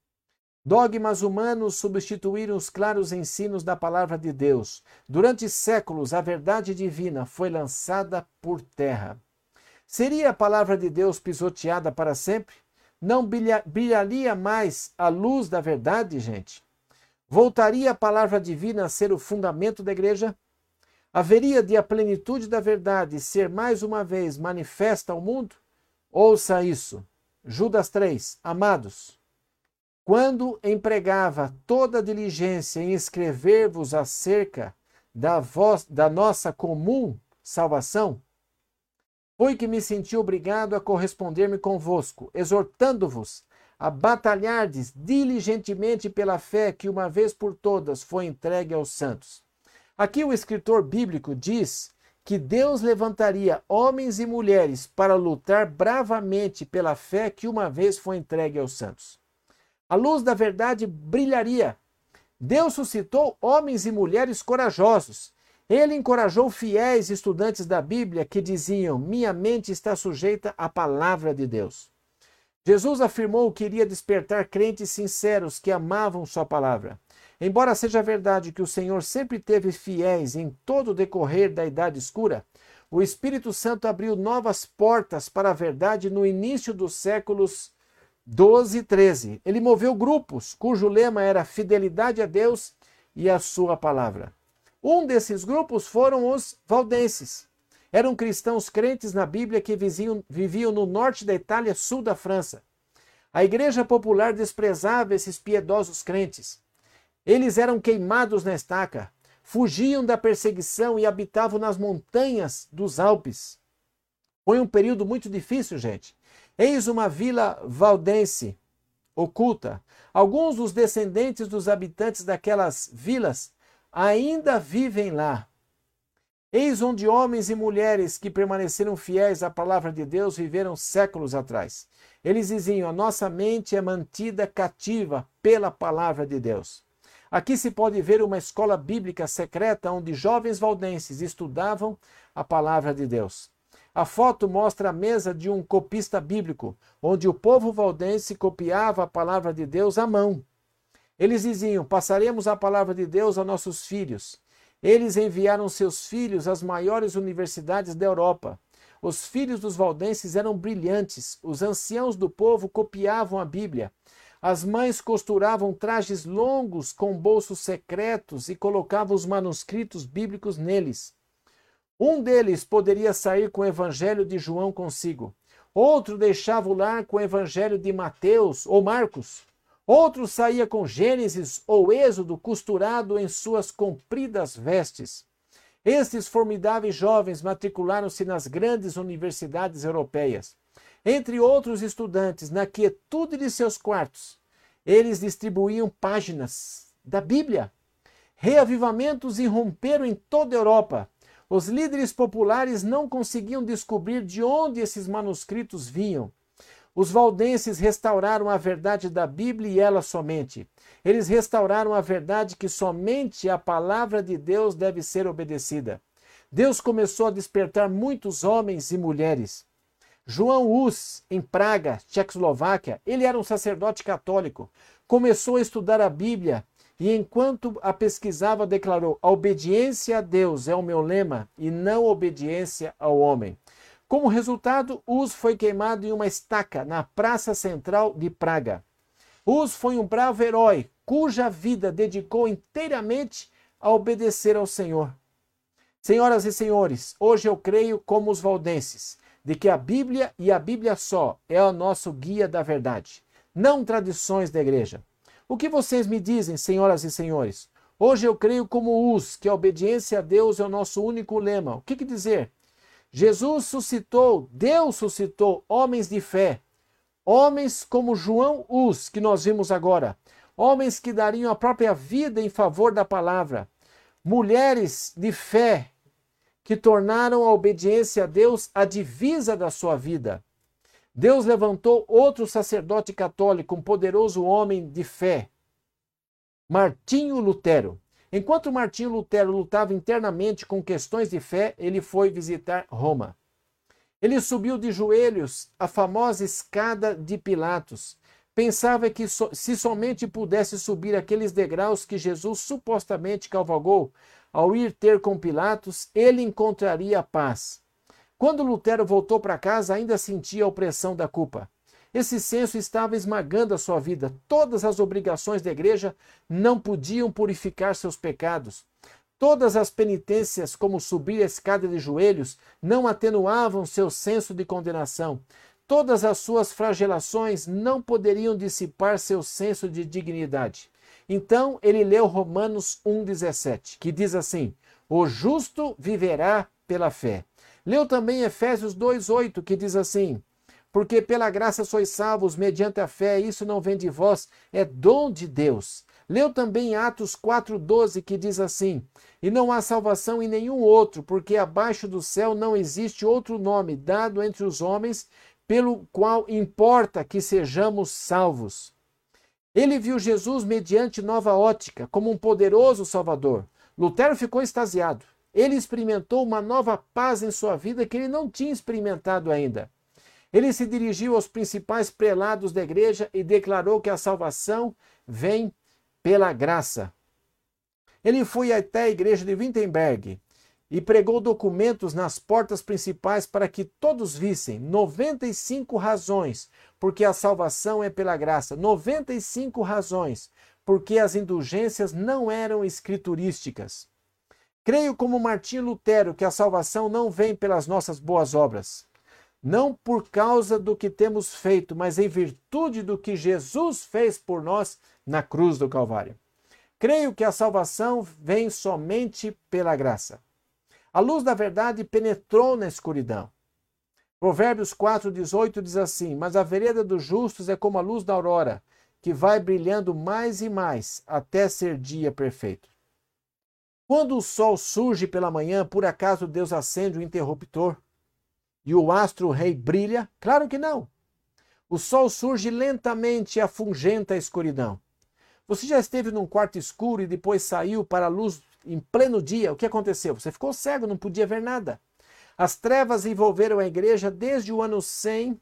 [SPEAKER 1] Dogmas humanos substituíram os claros ensinos da palavra de Deus. Durante séculos, a verdade divina foi lançada por terra. Seria a palavra de Deus pisoteada para sempre? Não brilharia mais a luz da verdade, gente? Voltaria a palavra divina a ser o fundamento da igreja? Haveria de a plenitude da verdade ser mais uma vez manifesta ao mundo? Ouça isso. Judas 3. Amados, quando empregava toda a diligência em escrever-vos acerca da nossa comum salvação, foi que me senti obrigado a corresponder-me convosco, exortando-vos a batalhardes diligentemente pela fé que uma vez por todas foi entregue aos santos. Aqui o escritor bíblico diz que Deus levantaria homens e mulheres para lutar bravamente pela fé que uma vez foi entregue aos santos. A luz da verdade brilharia. Deus suscitou homens e mulheres corajosos. Ele encorajou fiéis estudantes da Bíblia que diziam: minha mente está sujeita à palavra de Deus. Jesus afirmou que iria despertar crentes sinceros que amavam sua palavra. Embora seja verdade que o Senhor sempre teve fiéis em todo o decorrer da Idade Escura, o Espírito Santo abriu novas portas para a verdade no início dos séculos 12 e 13. Ele moveu grupos cujo lema era fidelidade a Deus e a sua palavra. Um desses grupos foram os valdenses. Eram cristãos crentes na Bíblia que viviam no norte da Itália, sul da França. A igreja popular desprezava esses piedosos crentes. Eles eram queimados na estaca, fugiam da perseguição e habitavam nas montanhas dos Alpes. Foi um período muito difícil, gente. Eis uma vila valdense oculta. Alguns dos descendentes dos habitantes daquelas vilas ainda vivem lá. Eis onde homens e mulheres que permaneceram fiéis à palavra de Deus viveram séculos atrás. Eles diziam: a nossa mente é mantida cativa pela palavra de Deus. Aqui se pode ver uma escola bíblica secreta onde jovens valdenses estudavam a palavra de Deus. A foto mostra a mesa de um copista bíblico, onde o povo valdense copiava a palavra de Deus à mão. Eles diziam: passaremos a palavra de Deus a nossos filhos. Eles enviaram seus filhos às maiores universidades da Europa. Os filhos dos valdenses eram brilhantes. Os anciãos do povo copiavam a Bíblia. As mães costuravam trajes longos com bolsos secretos e colocavam os manuscritos bíblicos neles. Um deles poderia sair com o Evangelho de João consigo. Outro deixava o lar com o Evangelho de Mateus ou Marcos. Outro saía com Gênesis ou Êxodo costurado em suas compridas vestes. Estes formidáveis jovens matricularam-se nas grandes universidades europeias. Entre outros estudantes, na quietude de seus quartos, eles distribuíam páginas da Bíblia. Reavivamentos irromperam em toda a Europa. Os líderes populares não conseguiam descobrir de onde esses manuscritos vinham. Os valdenses restauraram a verdade da Bíblia e ela somente. Eles restauraram a verdade que somente a palavra de Deus deve ser obedecida. Deus começou a despertar muitos homens e mulheres. João Hus, em Praga, Tchecoslováquia, ele era um sacerdote católico. Começou a estudar a Bíblia e, enquanto a pesquisava, declarou: a obediência a Deus é o meu lema e não obediência ao homem. Como resultado, Hus foi queimado em uma estaca na praça central de Praga. Hus foi um bravo herói, cuja vida dedicou inteiramente a obedecer ao Senhor. Senhoras e senhores, hoje eu creio, como os valdenses, de que a Bíblia e a Bíblia só é o nosso guia da verdade, não tradições da igreja. O que vocês me dizem, senhoras e senhores? Hoje eu creio como Hus, que a obediência a Deus é o nosso único lema. O que dizer? Jesus suscitou, Deus suscitou homens de fé, homens como João Hus, que nós vimos agora, homens que dariam a própria vida em favor da palavra, mulheres de fé que tornaram a obediência a Deus a divisa da sua vida. Deus levantou outro sacerdote católico, um poderoso homem de fé, Martinho Lutero. Enquanto Martinho Lutero lutava internamente com questões de fé, ele foi visitar Roma. Ele subiu de joelhos a famosa escada de Pilatos. Pensava que se somente pudesse subir aqueles degraus que Jesus supostamente cavalgou, ao ir ter com Pilatos, ele encontraria a paz. Quando Lutero voltou para casa, ainda sentia a opressão da culpa. Esse senso estava esmagando a sua vida. Todas as obrigações da igreja não podiam purificar seus pecados. Todas as penitências, como subir a escada de joelhos, não atenuavam seu senso de condenação. Todas as suas flagelações não poderiam dissipar seu senso de dignidade. Então ele leu Romanos 1,17, que diz assim: o justo viverá pela fé. Leu também Efésios 2,8, que diz assim: porque pela graça sois salvos mediante a fé, isso não vem de vós, é dom de Deus. Leu também Atos 4,12, que diz assim: e não há salvação em nenhum outro, porque abaixo do céu não existe outro nome dado entre os homens, pelo qual importa que sejamos salvos. Ele viu Jesus mediante nova ótica, como um poderoso Salvador. Lutero ficou extasiado. Ele experimentou uma nova paz em sua vida que ele não tinha experimentado ainda. Ele se dirigiu aos principais prelados da igreja e declarou que a salvação vem pela graça. Ele foi até a igreja de Wittenberg e pregou documentos nas portas principais para que todos vissem 95 razões porque a salvação é pela graça, 95 razões porque as indulgências não eram escriturísticas. Creio como Martinho Lutero que a salvação não vem pelas nossas boas obras, não por causa do que temos feito, mas em virtude do que Jesus fez por nós na cruz do Calvário. Creio que a salvação vem somente pela graça. A luz da verdade penetrou na escuridão. Provérbios 4,18 diz assim: mas a vereda dos justos é como a luz da aurora, que vai brilhando mais e mais, até ser dia perfeito. Quando o sol surge pela manhã, por acaso Deus acende o interruptor e o astro-rei brilha? Claro que não. O sol surge lentamente e afugenta a escuridão. Você já esteve num quarto escuro e depois saiu para a luz em pleno dia? O que aconteceu? Você ficou cego, não podia ver nada. As trevas envolveram a igreja desde o ano 100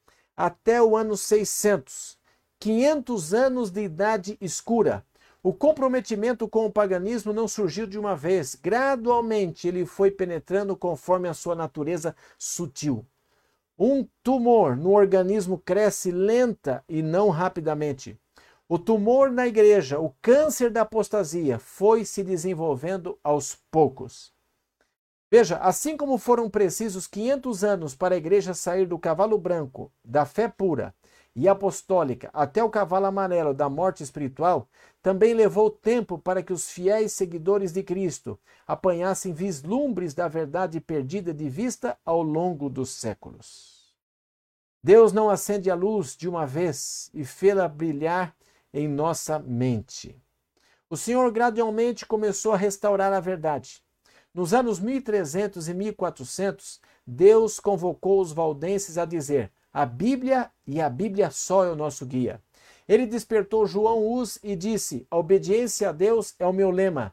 [SPEAKER 1] até o ano 600. 500 anos de idade escura. O comprometimento com o paganismo não surgiu de uma vez. Gradualmente ele foi penetrando conforme a sua natureza sutil. Um tumor no organismo cresce lenta e não rapidamente. O tumor na igreja, o câncer da apostasia, foi se desenvolvendo aos poucos. Veja, assim como foram precisos 500 anos para a igreja sair do cavalo branco, da fé pura e apostólica, até o cavalo amarelo da morte espiritual, também levou tempo para que os fiéis seguidores de Cristo apanhassem vislumbres da verdade perdida de vista ao longo dos séculos. Deus não acende a luz de uma vez e fê-la brilhar em nossa mente. O Senhor gradualmente começou a restaurar a verdade. Nos anos 1300 e 1400, Deus convocou os valdenses a dizer: a Bíblia e a Bíblia só é o nosso guia. Ele despertou João Hus e disse: a obediência a Deus é o meu lema.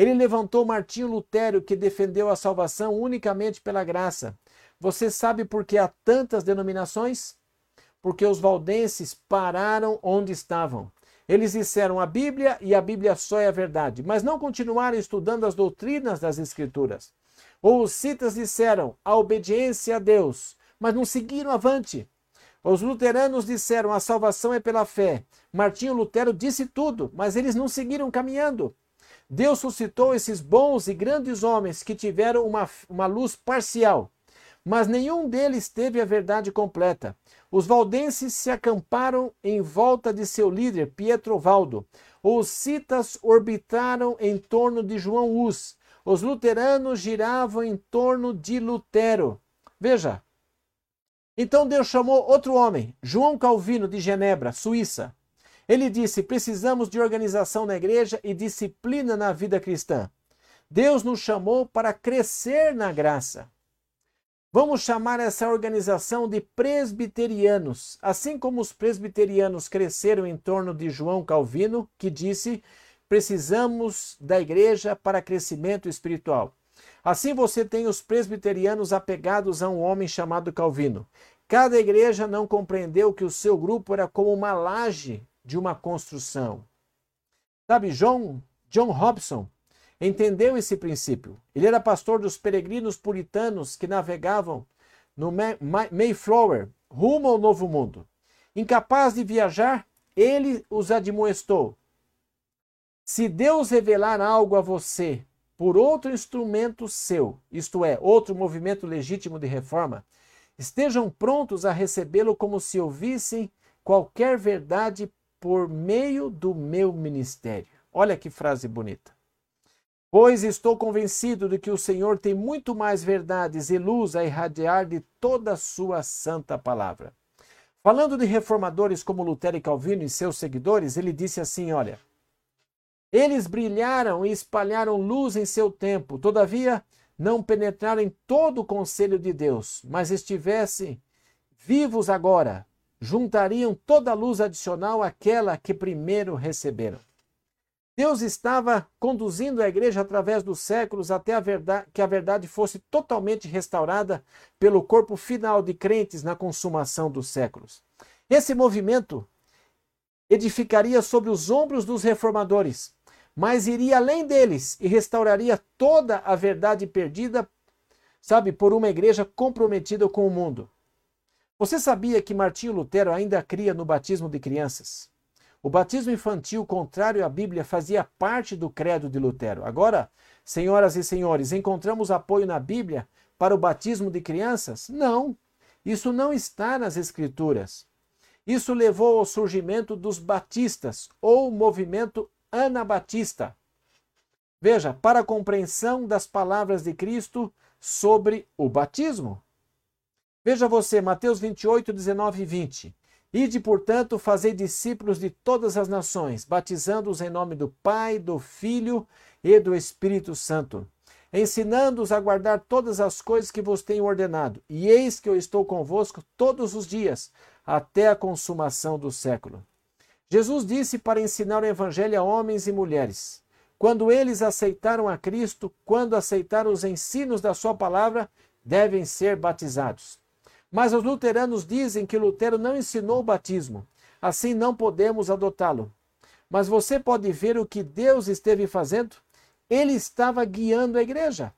[SPEAKER 1] Ele levantou Martinho Lutero, que defendeu a salvação unicamente pela graça. Você sabe por que há tantas denominações? Porque os valdenses pararam onde estavam. Eles disseram a Bíblia e a Bíblia só é a verdade, mas não continuaram estudando as doutrinas das Escrituras. Ou os citas disseram a obediência a Deus, mas não seguiram avante. Os luteranos disseram a salvação é pela fé. Martinho Lutero disse tudo, mas eles não seguiram caminhando. Deus suscitou esses bons e grandes homens que tiveram uma luz parcial, mas nenhum deles teve a verdade completa. Os valdenses se acamparam em volta de seu líder, Pietro Valdo. Os citas orbitaram em torno de João Hus. Os luteranos giravam em torno de Lutero. Veja. Então Deus chamou outro homem, João Calvino de Genebra, Suíça. Ele disse: precisamos de organização na igreja e disciplina na vida cristã. Deus nos chamou para crescer na graça. Vamos chamar essa organização de presbiterianos, assim como os presbiterianos cresceram em torno de João Calvino, que disse: precisamos da igreja para crescimento espiritual. Assim você tem os presbiterianos apegados a um homem chamado Calvino. Cada igreja não compreendeu que o seu grupo era como uma laje de uma construção. Sabe, John Hobson entendeu esse princípio. Ele era pastor dos peregrinos puritanos que navegavam no Mayflower, rumo ao Novo Mundo. Incapaz de viajar, ele os admoestou: se Deus revelar algo a você por outro instrumento seu, isto é, outro movimento legítimo de reforma, estejam prontos a recebê-lo como se ouvissem qualquer verdade por meio do meu ministério. Olha que frase bonita. Pois estou convencido de que o Senhor tem muito mais verdades e luz a irradiar de toda a sua santa palavra. Falando de reformadores como Lutero e Calvino e seus seguidores, ele disse assim, olha: eles brilharam e espalharam luz em seu tempo, todavia não penetraram em todo o conselho de Deus, mas estivessem vivos agora, juntariam toda a luz adicional àquela que primeiro receberam. Deus estava conduzindo a igreja através dos séculos até que a verdade fosse totalmente restaurada pelo corpo final de crentes na consumação dos séculos. Esse movimento edificaria sobre os ombros dos reformadores, mas iria além deles e restauraria toda a verdade perdida, sabe, por uma igreja comprometida com o mundo. Você sabia que Martinho Lutero ainda cria no batismo de crianças? O batismo infantil, contrário à Bíblia, fazia parte do credo de Lutero. Agora, senhoras e senhores, encontramos apoio na Bíblia para o batismo de crianças? Não, isso não está nas Escrituras. Isso levou ao surgimento dos batistas, ou movimento anabatista. Veja, para a compreensão das palavras de Cristo sobre o batismo. Veja você, Mateus 28, 19 e 20. Ide, portanto, fazei discípulos de todas as nações, batizando-os em nome do Pai, do Filho e do Espírito Santo, ensinando-os a guardar todas as coisas que vos tenho ordenado. E eis que eu estou convosco todos os dias, até a consumação do século. Jesus disse para ensinar o Evangelho a homens e mulheres. Quando eles aceitaram a Cristo, quando aceitaram os ensinos da sua palavra, devem ser batizados. Mas os luteranos dizem que Lutero não ensinou o batismo, assim não podemos adotá-lo. Mas você pode ver o que Deus esteve fazendo? Ele estava guiando a igreja.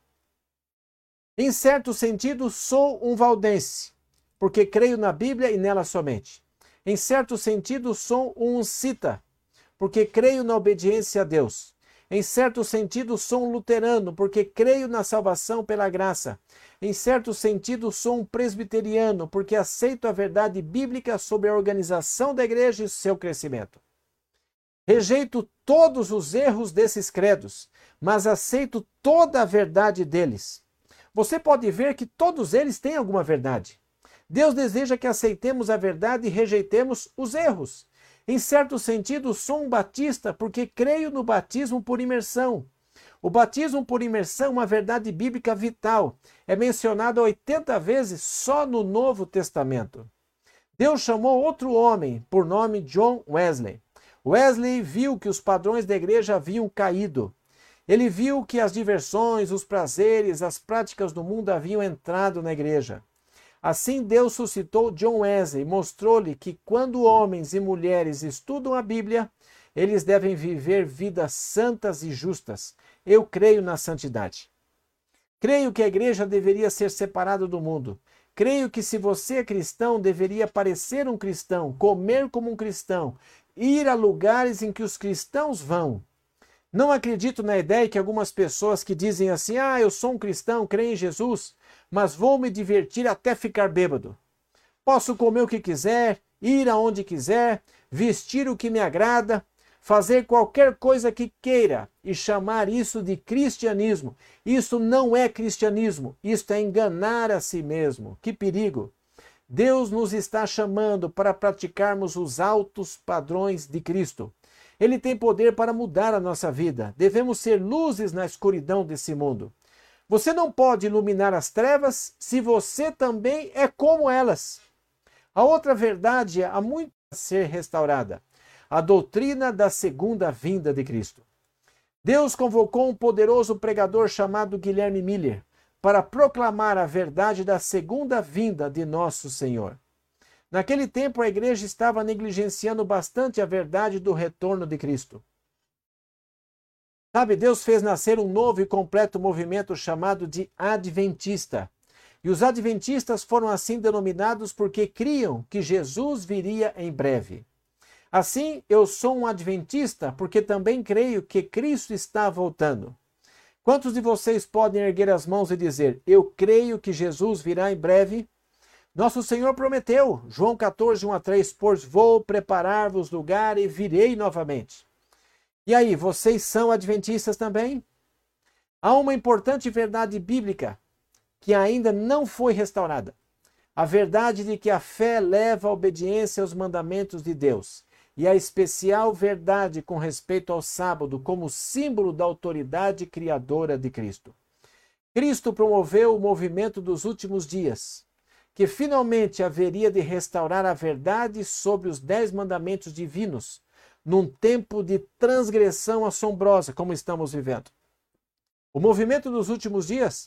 [SPEAKER 1] Em certo sentido, sou um valdense, porque creio na Bíblia e nela somente. Em certo sentido, sou um cita, porque creio na obediência a Deus. Em certo sentido, sou um luterano, porque creio na salvação pela graça. Em certo sentido, sou um presbiteriano, porque aceito a verdade bíblica sobre a organização da igreja e seu crescimento. Rejeito todos os erros desses credos, mas aceito toda a verdade deles. Você pode ver que todos eles têm alguma verdade. Deus deseja que aceitemos a verdade e rejeitemos os erros. Em certo sentido, sou um batista porque creio no batismo por imersão. O batismo por imersão é uma verdade bíblica vital. É mencionado 80 vezes só no Novo Testamento. Deus chamou outro homem, por nome John Wesley. Wesley viu que os padrões da igreja haviam caído. Ele viu que as diversões, os prazeres, as práticas do mundo haviam entrado na igreja. Assim, Deus suscitou John Wesley e mostrou-lhe que quando homens e mulheres estudam a Bíblia, eles devem viver vidas santas e justas. Eu creio na santidade. Creio que a igreja deveria ser separada do mundo. Creio que se você é cristão, deveria parecer um cristão, comer como um cristão, ir a lugares em que os cristãos vão. Não acredito na ideia que algumas pessoas que dizem assim, eu sou um cristão, creio em Jesus, mas vou me divertir até ficar bêbado. Posso comer o que quiser, ir aonde quiser, vestir o que me agrada, fazer qualquer coisa que queira e chamar isso de cristianismo. Isso não é cristianismo, isto é enganar a si mesmo. Que perigo! Deus nos está chamando para praticarmos os altos padrões de Cristo. Ele tem poder para mudar a nossa vida. Devemos ser luzes na escuridão desse mundo. Você não pode iluminar as trevas se você também é como elas. A outra verdade há muito a ser restaurada. A doutrina da segunda vinda de Cristo. Deus convocou um poderoso pregador chamado Guilherme Miller para proclamar a verdade da segunda vinda de nosso Senhor. Naquele tempo, a igreja estava negligenciando bastante a verdade do retorno de Cristo. Sabe, Deus fez nascer um novo e completo movimento chamado de Adventista. E os Adventistas foram assim denominados porque criam que Jesus viria em breve. Assim, eu sou um Adventista porque também creio que Cristo está voltando. Quantos de vocês podem erguer as mãos e dizer, eu creio que Jesus virá em breve? Nosso Senhor prometeu, João 14, 1-3, pois vou preparar-vos lugar e virei novamente. E aí, vocês são adventistas também? Há uma importante verdade bíblica que ainda não foi restaurada. A verdade de que a fé leva à obediência aos mandamentos de Deus. E a especial verdade com respeito ao sábado como símbolo da autoridade criadora de Cristo. Cristo promoveu o movimento dos últimos dias, que finalmente haveria de restaurar a verdade sobre os 10 mandamentos divinos, num tempo de transgressão assombrosa, como estamos vivendo. O movimento dos últimos dias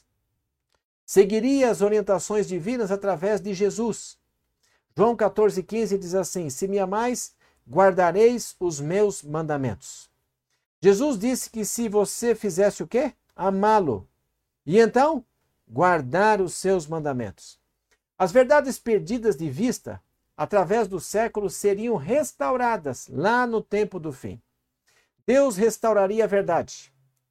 [SPEAKER 1] seguiria as orientações divinas através de Jesus. João 14,15 diz assim, se me amais, guardareis os meus mandamentos. Jesus disse que se você fizesse o quê? Amá-lo. E então, guardar os seus mandamentos. As verdades perdidas de vista, através dos séculos, seriam restauradas lá no tempo do fim. Deus restauraria a verdade.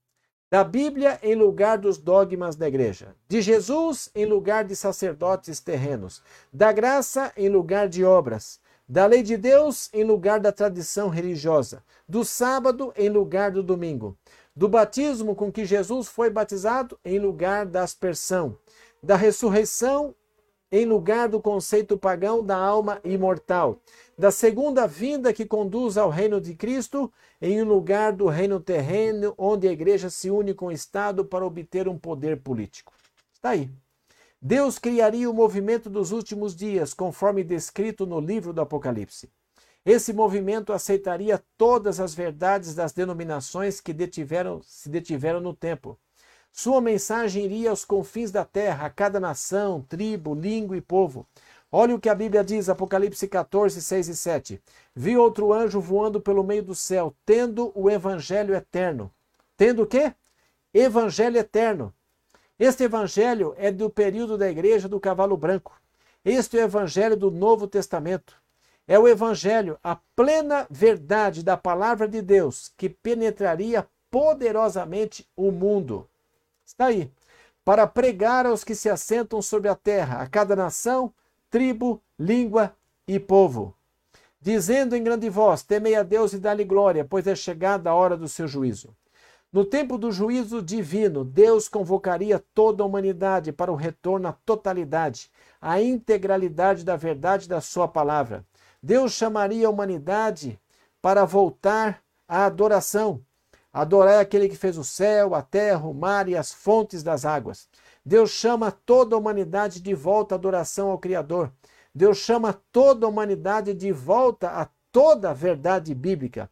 [SPEAKER 1] Da Bíblia em lugar dos dogmas da igreja. De Jesus em lugar de sacerdotes terrenos. Da graça em lugar de obras. Da lei de Deus em lugar da tradição religiosa. Do sábado em lugar do domingo. Do batismo com que Jesus foi batizado em lugar da aspersão. Da ressurreição em lugar do conceito pagão da alma imortal, da segunda vinda que conduz ao reino de Cristo, em lugar do reino terreno, onde a igreja se une com o Estado para obter um poder político. Está aí. Deus criaria o movimento dos últimos dias, conforme descrito no livro do Apocalipse. Esse movimento aceitaria todas as verdades das denominações que se detiveram no tempo. Sua mensagem iria aos confins da terra, a cada nação, tribo, língua e povo. Olha o que a Bíblia diz, Apocalipse 14, 6 e 7. Vi outro anjo voando pelo meio do céu, tendo o evangelho eterno. Tendo o quê? Evangelho eterno. Este evangelho é do período da igreja do cavalo branco. Este é o evangelho do Novo Testamento. É o evangelho, a plena verdade da palavra de Deus, que penetraria poderosamente o mundo. Está aí, para pregar aos que se assentam sobre a terra, a cada nação, tribo, língua e povo, dizendo em grande voz, temei a Deus e dá-lhe glória, pois é chegada a hora do seu juízo. No tempo do juízo divino, Deus convocaria toda a humanidade para o retorno à totalidade, à integralidade da verdade da sua palavra. Deus chamaria a humanidade para voltar à adoração. Adorar aquele que fez o céu, a terra, o mar e as fontes das águas. Deus chama toda a humanidade de volta à adoração ao Criador. Deus chama toda a humanidade de volta a toda a verdade bíblica.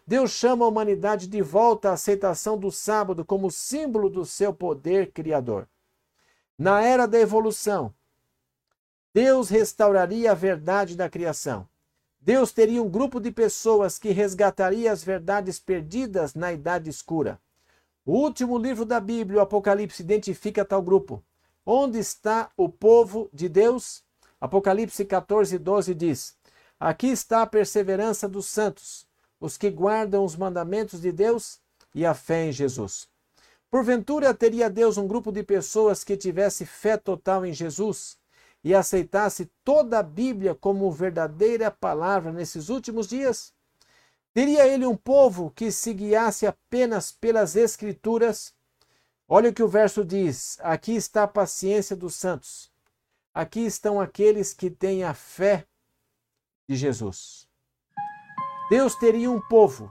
[SPEAKER 1] Deus chama a humanidade de volta à aceitação do sábado como símbolo do seu poder criador. Na era da evolução, Deus restauraria a verdade da criação. Deus teria um grupo de pessoas que resgataria as verdades perdidas na Idade Escura. O último livro da Bíblia, o Apocalipse, identifica tal grupo. Onde está o povo de Deus? Apocalipse 14:12 diz: aqui está a perseverança dos santos, os que guardam os mandamentos de Deus e a fé em Jesus. Porventura teria Deus um grupo de pessoas que tivesse fé total em Jesus e aceitasse toda a Bíblia como verdadeira palavra nesses últimos dias? Teria ele um povo que se guiasse apenas pelas Escrituras? Olha o que o verso diz: aqui está a paciência dos santos. Aqui estão aqueles que têm a fé de Jesus. Deus teria um povo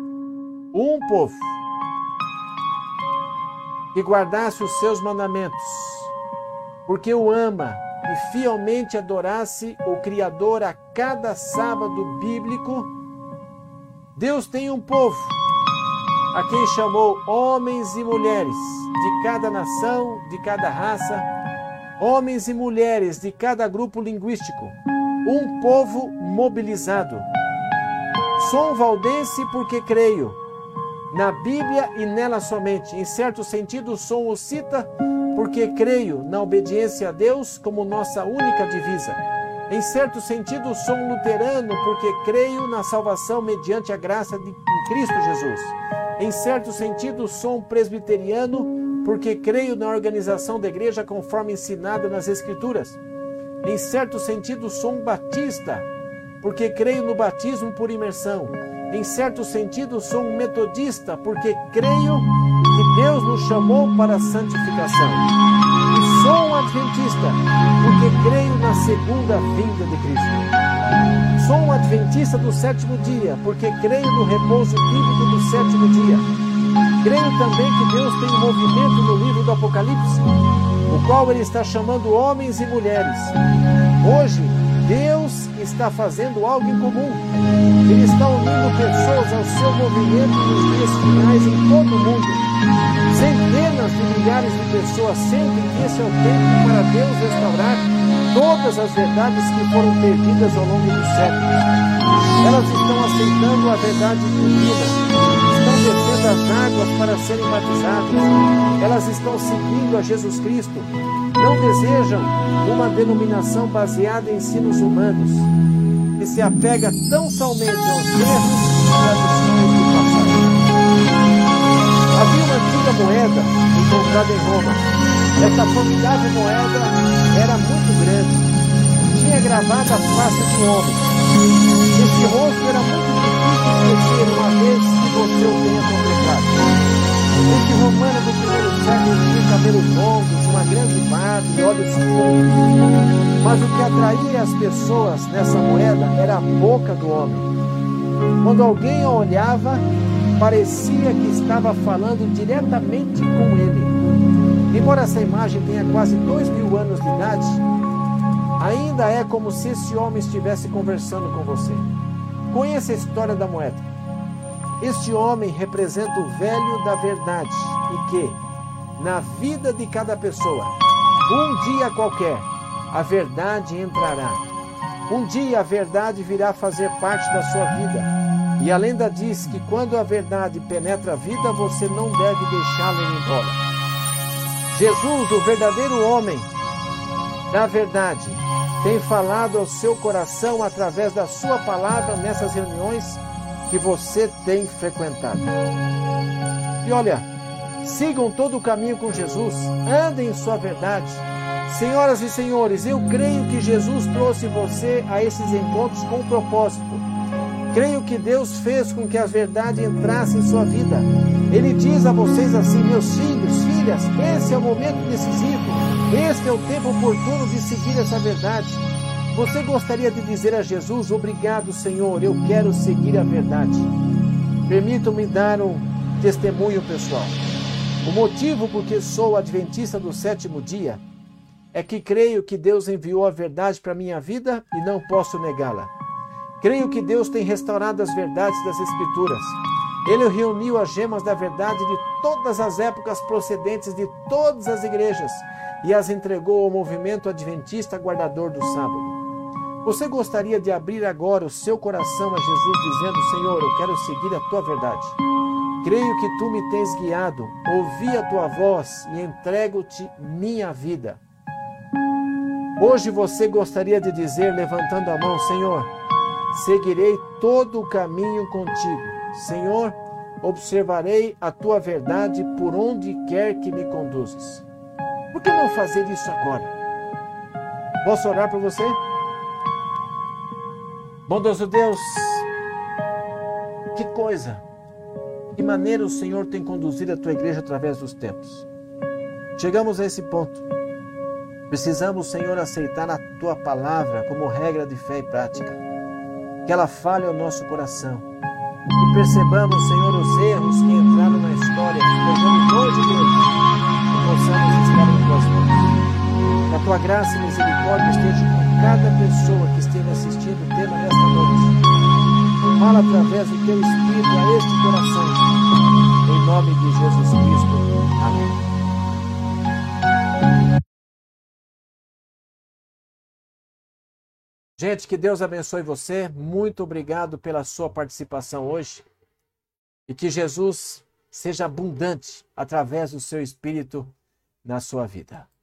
[SPEAKER 1] que guardasse os seus mandamentos, porque o ama, e fielmente adorasse o Criador a cada sábado bíblico. Deus tem um povo a quem chamou homens e mulheres de cada nação, de cada raça, homens e mulheres de cada grupo linguístico, um povo mobilizado. Sou um valdense porque creio na Bíblia e nela somente. Em certo sentido, sou um hussita porque creio na obediência a Deus como nossa única divisa. Em certo sentido, sou um luterano porque creio na salvação mediante a graça em Cristo Jesus. Em certo sentido, sou um presbiteriano porque creio na organização da igreja conforme ensinada nas Escrituras. Em certo sentido, sou um batista porque creio no batismo por imersão. Em certo sentido, sou um metodista porque creio que Deus nos chamou para a santificação. E sou um adventista porque creio na segunda vinda de Cristo. Sou um adventista do sétimo dia porque creio no repouso bíblico do sétimo dia. Creio também que Deus tem um movimento no livro do Apocalipse, o qual Ele está chamando homens e mulheres. Hoje, Deus está fazendo algo em comum. Ele está unindo pessoas ao seu movimento nos dias finais em todo o mundo. Centenas de milhares de pessoas sentem que esse é o tempo para Deus restaurar todas as verdades que foram perdidas ao longo dos séculos. Elas estão aceitando a verdade divina, estão descendo as águas para serem batizadas, elas estão seguindo a Jesus Cristo. Não desejam uma denominação baseada em ensinos humanos, que se apega tão somente aos erros e tradições do passado. Havia uma antiga moeda encontrada em Roma. Esta formidável moeda era muito grande, tinha gravada a face de um homem. Esse rosto era muito difícil de esquecer uma vez que você o tenha contemplado. Este romano do primeiro século tinha cabelos longos, uma grande barba e olhos fundos. Mas o que atraía as pessoas nessa moeda era a boca do homem. Quando alguém a olhava, parecia que estava falando diretamente com ele. Embora essa imagem tenha quase 2000 anos de idade, ainda é como se esse homem estivesse conversando com você. Conheça a história da moeda. Este homem representa o velho da verdade e que, na vida de cada pessoa, um dia qualquer, a verdade entrará. Um dia a verdade virá fazer parte da sua vida. E a lenda diz que quando a verdade penetra a vida, você não deve deixá-la ir embora. Jesus, o verdadeiro homem da verdade, tem falado ao seu coração através da sua palavra nessas reuniões que você tem frequentado. E olha, sigam todo o caminho com Jesus, andem em sua verdade. Senhoras e senhores, eu creio que Jesus trouxe você a esses encontros com um propósito. Creio que Deus fez com que a verdade entrasse em sua vida. Ele diz a vocês assim: meus filhos, filhas, esse é o momento decisivo, este é o tempo oportuno de seguir essa verdade. Você gostaria de dizer a Jesus: obrigado, Senhor, eu quero seguir a verdade. Permitam-me dar um testemunho pessoal. O motivo por que sou adventista do sétimo dia é que creio que Deus enviou a verdade para a minha vida e não posso negá-la. Creio que Deus tem restaurado as verdades das Escrituras. Ele reuniu as gemas da verdade de todas as épocas procedentes de todas as igrejas e as entregou ao movimento adventista guardador do sábado. Você gostaria de abrir agora o seu coração a Jesus, dizendo: Senhor, eu quero seguir a tua verdade. Creio que tu me tens guiado, ouvi a tua voz e entrego-te minha vida. Hoje você gostaria de dizer, levantando a mão: Senhor, seguirei todo o caminho contigo. Senhor, observarei a tua verdade por onde quer que me conduzas. Por que não fazer isso agora? Posso orar por você? Bondoso Deus, que coisa! Que maneira o Senhor tem conduzido a tua igreja através dos tempos. Chegamos a esse ponto. Precisamos, Senhor, aceitar a tua palavra como regra de fé e prática. Que ela fale ao nosso coração. E percebamos, Senhor, os erros que entraram na história, que estejamos longe deles e possamos estar em tuas mãos. Que a tua graça e misericórdia esteja com cada pessoa que esteja assistindo o tema nesta noite. Fala através do teu Espírito a este coração. Em nome de Jesus Cristo. Amém. Gente, que Deus abençoe você. Muito obrigado pela sua participação hoje. E que Jesus seja abundante através do seu Espírito na sua vida.